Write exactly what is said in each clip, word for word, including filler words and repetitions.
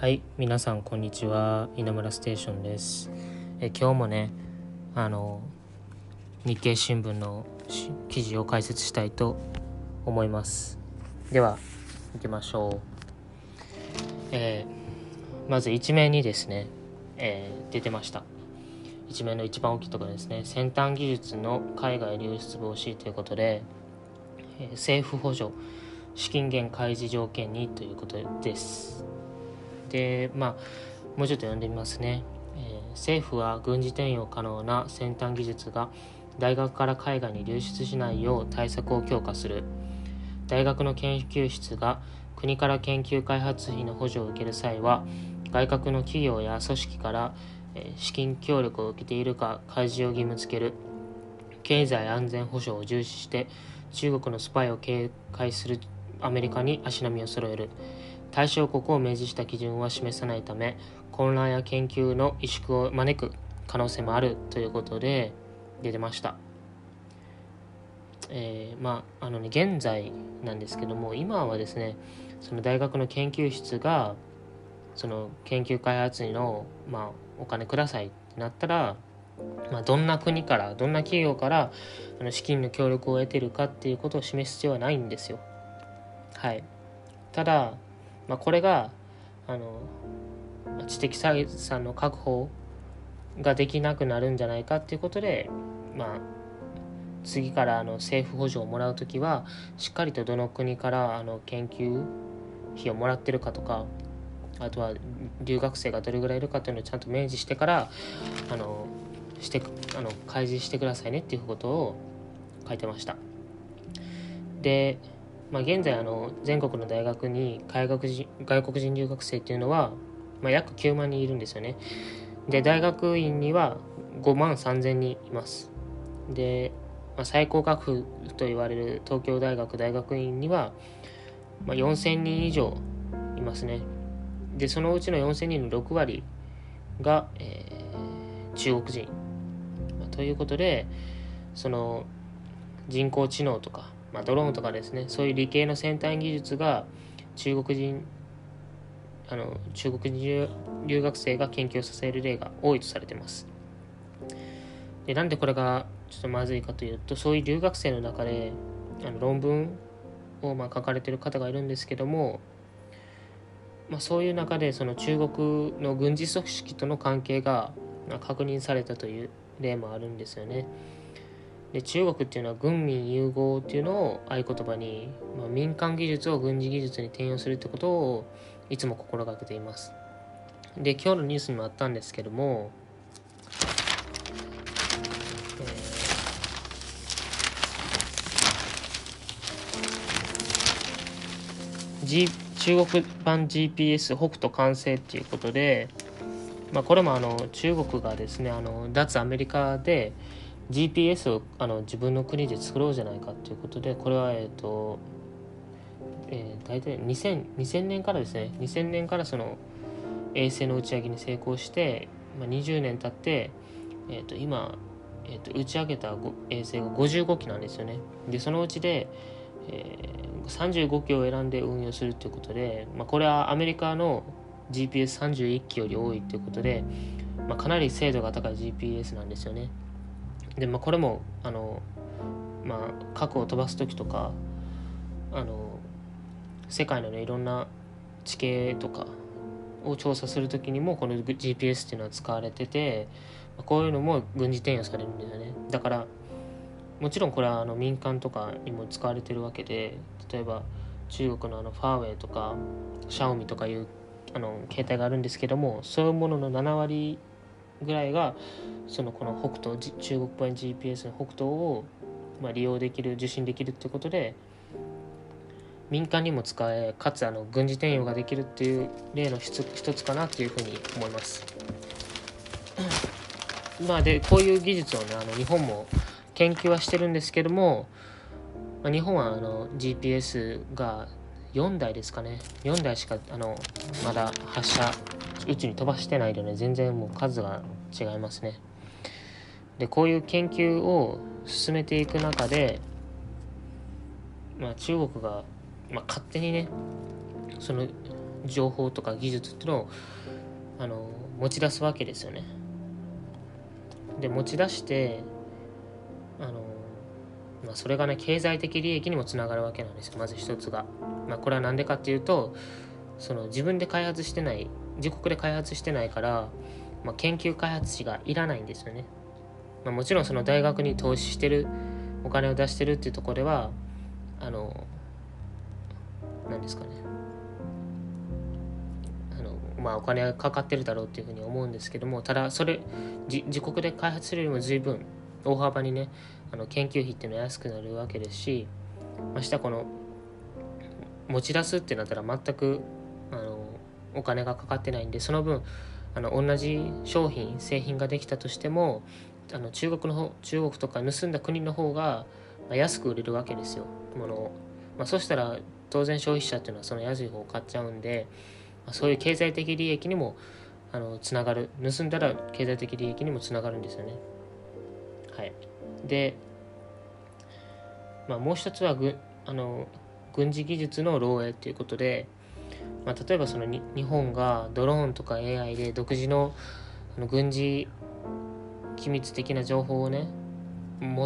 はい、皆さんこんにちは。稲村ステーションです。え今日もね、あの日経新聞の記事を解説したいと思います。では行きましょう。えー、まず一面にですね、えー、出てました。一面の一番大きいところですね。先端技術の海外流出防止ということで、えー、政府補助資金源開示条件にということです。で、まあもうちょっと読んでみますね。えー、政府は軍事転用可能な先端技術が大学から海外に流出しないよう対策を強化する。大学の研究室が国から研究開発費の補助を受ける際は、外国の企業や組織から資金協力を受けているか開示を義務付ける。経済安全保障を重視して中国のスパイを警戒するアメリカに足並みを揃える。対象国を明示した基準は示さないため、混乱や研究の萎縮を招く可能性もあるということで出てました。えー、まああのね現在なんですけども、今はですね、その大学の研究室がその研究開発費の、まあ、お金くださいってなったら、まあ、どんな国からどんな企業からあの資金の協力を得ているかっていうことを示す必要はないんですよ。はい。ただ、まあ、これがあの知的財産の確保ができなくなるんじゃないかっていうことで、まあ、次からあの政府補助をもらうときはしっかりとどの国からあの研究費をもらってるかとか、あとは留学生がどれぐらいいるかっていうのをちゃんと明示してからあのしてあの開示してくださいねっていうことを書いてました。で、まあ、現在あの全国の大学に外国人外国人留学生っていうのは、まあ、約きゅうまんにんいるんですよね。で、大学院にはごまんさんぜんにんいます。で、まあ、最高学府と言われる東京大学大学院には、まあ、よんせんにん以上いますね。で、そのうちのよんせんにんのろくわりが、えー、中国人、まあ、ということで、その人工知能とか、まあ、ドローンとかですね、そういう理系の先端技術が中国人あの中国人留学生が研究をされる例が多いとされています。で、なんでこれがちょっとまずいかというと、そういう留学生の中であの論文をまあ書かれている方がいるんですけども、まあ、そういう中でその中国の軍事組織との関係が確認されたという例もあるんですよね。で、中国っていうのは軍民融合っていうのを合言葉に、まあ、民間技術を軍事技術に転用するってことをいつも心がけています。で、今日のニュースにもあったんですけども、えー G、中国版 ジーピーエス 北斗完成っていうことで、まあ、これもあの中国がですね、あの脱アメリカでジーピーエス をあの自分の国で作ろうじゃないかということで、これはえっ、ー、と、えー、大体にせん、にせんねんからですね、にせんねんからその衛星の打ち上げに成功して、まあ、にじゅうねん経って、えー、と今、えー、と打ち上げた衛星がごじゅうごきなんですよね。で、そのうちで、えー、さんじゅうごきを選んで運用するということで、まあ、これはアメリカの ジーピーエスさんじゅういっきより多いということで、まあ、かなり精度が高い ジーピーエス なんですよね。で、まあ、これもあの、まあ、核を飛ばす時とか、あの世界の、ね、いろんな地形とかを調査するときにもこの ジーピーエス っていうのは使われてて、こういうのも軍事転用されるんですよね。だからもちろんこれはあの民間とかにも使われてるわけで、例えば中国のあのファーウェイとかシャオミとかいうあの携帯があるんですけども、そういうもののななわりぐらいがそのこの北斗、中国版 ジーピーエス の北斗をまあ利用できる、受信できるってことで民間にも使え、かつあの軍事転用ができるっていう例の一つかなというふうに思います。まあ、でこういう技術をね、あの日本も研究はしてるんですけども、まあ、日本はあの ジーピーエス がよんだいですかね、よんだいしかあのまだ発射宇宙に飛ばしてないので、全然もう数が違いますね。で、こういう研究を進めていく中で、まあ、中国が、まあ、勝手にね、その情報とか技術っていうのをあの持ち出すわけですよね。で持ち出してあの、まあ、それがね経済的利益にもつながるわけなんですよ。まず一つが、まあ、これは何でかっていうと、その自分で開発してない、自国で開発してないから、まあ、研究開発費がいらないんですよね。まあ、もちろんその大学に投資してる、お金を出してるっていうところではあの何ですかね、あのまあお金がかかってるだろうっていうふうに思うんですけども、ただそれ自国で開発するよりも随分大幅にねあの研究費っていうのは安くなるわけですし、ましてこの持ち出すってなったら全くあのお金がかかってないんで、その分あの同じ商品製品ができたとしてもあの中国の方中国とか盗んだ国の方が安く売れるわけですよ、ものを。まあ、そしたら当然消費者っていうのはその安い方を買っちゃうんで、まあ、そういう経済的利益にもあのつながる、盗んだら経済的利益にもつながるんですよね。はい。で、まあ、もう一つはぐあの軍事技術の漏洩ということで、まあ、例えばそのに日本がドローンとか エーアイ で独自のあの軍事機密的な情報をね持って、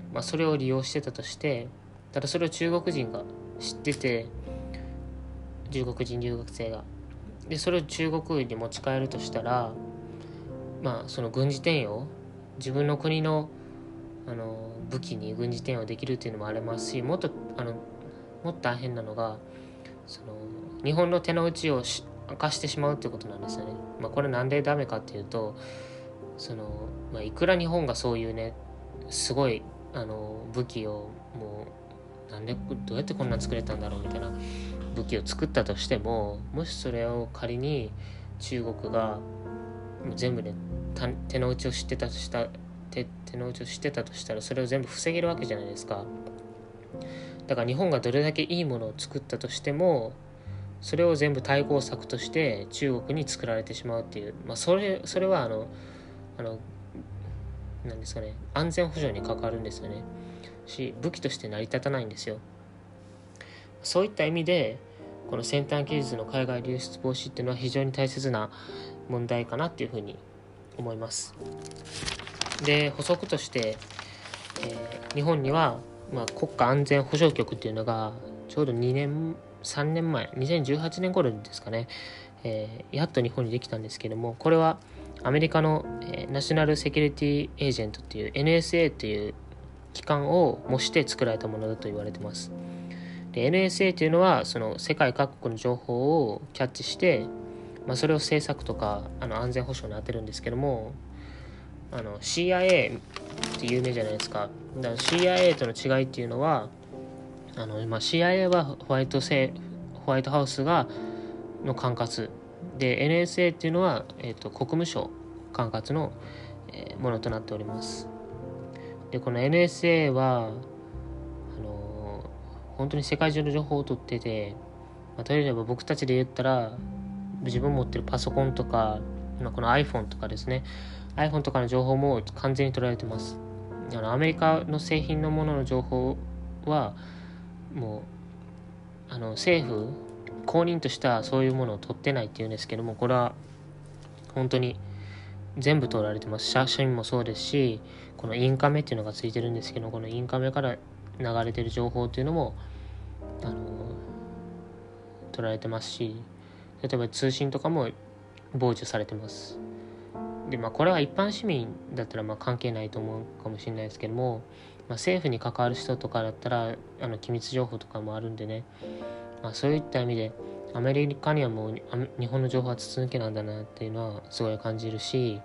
まあ、それを利用してたとして、ただそれを中国人が知ってて、中国人留学生がでそれを中国に持ち帰るとしたら、まあその軍事転用、自分の国のあの武器に軍事転用できるっていうのもありますし、もっとあのもっと大変なのがその日本の手の内を明かしてしまうっていうことなんですよね。まあ、これなんでダメかっていうと、その、まあ、いくら日本がそういうねすごいあの武器をもうなんでどうやってこんな作れたんだろうみたいな武器を作ったとしても、もしそれを仮に中国が全部ね手の内を知ってたとした手手の内を知ってたとしたら、それを全部防げるわけじゃないですか。だから日本がどれだけいいものを作ったとしても、それを全部対抗策として中国に作られてしまうっていう、まあ、それそれはあのあのなんですかね、安全保障に関わるんですよね。し武器として成り立たないんですよ。そういった意味でこの先端技術の海外流出防止っていうのは非常に大切な問題かなっていうふうに思います。で補足として、えー、日本には、まあ、国家安全保障局っていうのがちょうどにねんさんねんまえにせんじゅうはちねん頃ですかね、えー、やっと日本にできたんですけども、これはアメリカの、えー、ナショナルセキュリティエージェントっていう エヌエスエー という機関を模して作られたものだと言われています。で エヌエスエー というのはその世界各国の情報をキャッチして、まあ、それを政策とかあの安全保障に当てるんですけども、あの シーアイエー って有名じゃないですか。だから シーアイエー との違いっていうのはあの、まあ、シーアイエー はホワイトセホワイトハウスがの管轄で エヌエスエー っていうのは、えー、と国務省管轄の、えーものとなっております。でこの エヌエスエー はあのー本当に世界中の情報を取ってて、まあ、例えば僕たちで言ったら自分持ってるパソコンとか、まあ、この iPhone とかですね iPhone とかの情報も完全に取られてます。あのアメリカの製品のものの情報はもうあの政府公認としたそういうものを取ってないっていうんですけども、これは本当に全部取られてます。写真もそうですし、このインカメっていうのがついてるんですけど、このインカメから流れてる情報っていうのもあの取られてますし、例えば通信とかも傍受されてます。でまあこれは一般市民だったらまあ関係ないと思うかもしれないですけども、まあ、政府に関わる人とかだったらあの機密情報とかもあるんでね、まあ、そういった意味でアメリカにはもう日本の情報は筒抜けなんだなっていうのはすごい感じるし、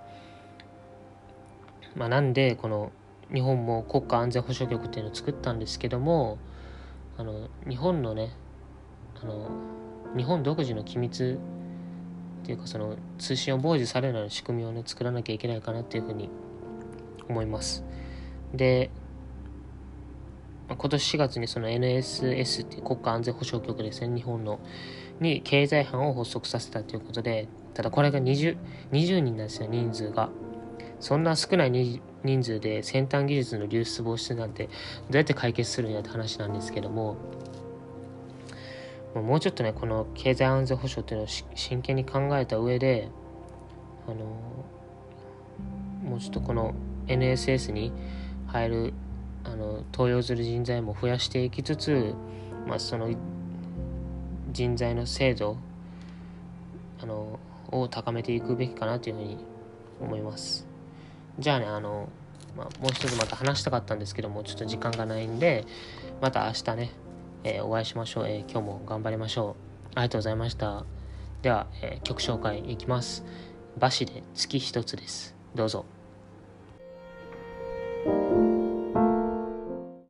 まあ、なんでこの日本も国家安全保障局っていうのを作ったんですけども、あの日本のねあの日本独自の機密っていうかその通信を傍受されない仕組みをね作らなきゃいけないかなっていうふうに思います。で今年しがつにその エヌエスエス っていう国家安全保障局ですね、日本のに経済班を発足させたということで、ただこれが にじゅう, にじゅうにんなんですよ、人数が。そんな少ない人数で先端技術の流出防止なんてどうやって解決するんやって話なんですけども、 もうちょっとねこの経済安全保障っていうのを真剣に考えた上で、あのもうちょっとこの エヌエスエス に入るあの登用する人材も増やしていきつつ、まあ、その人材の精度あのを高めていくべきかなというふうに思います。じゃあね、あの、まあ、もう一つまた話したかったんですけども、ちょっと時間がないんで、また明日ね、えーお会いしましょう、えー今日も頑張りましょう。ありがとうございました。では、えー曲紹介いきます。バシで月一つです。どうぞ。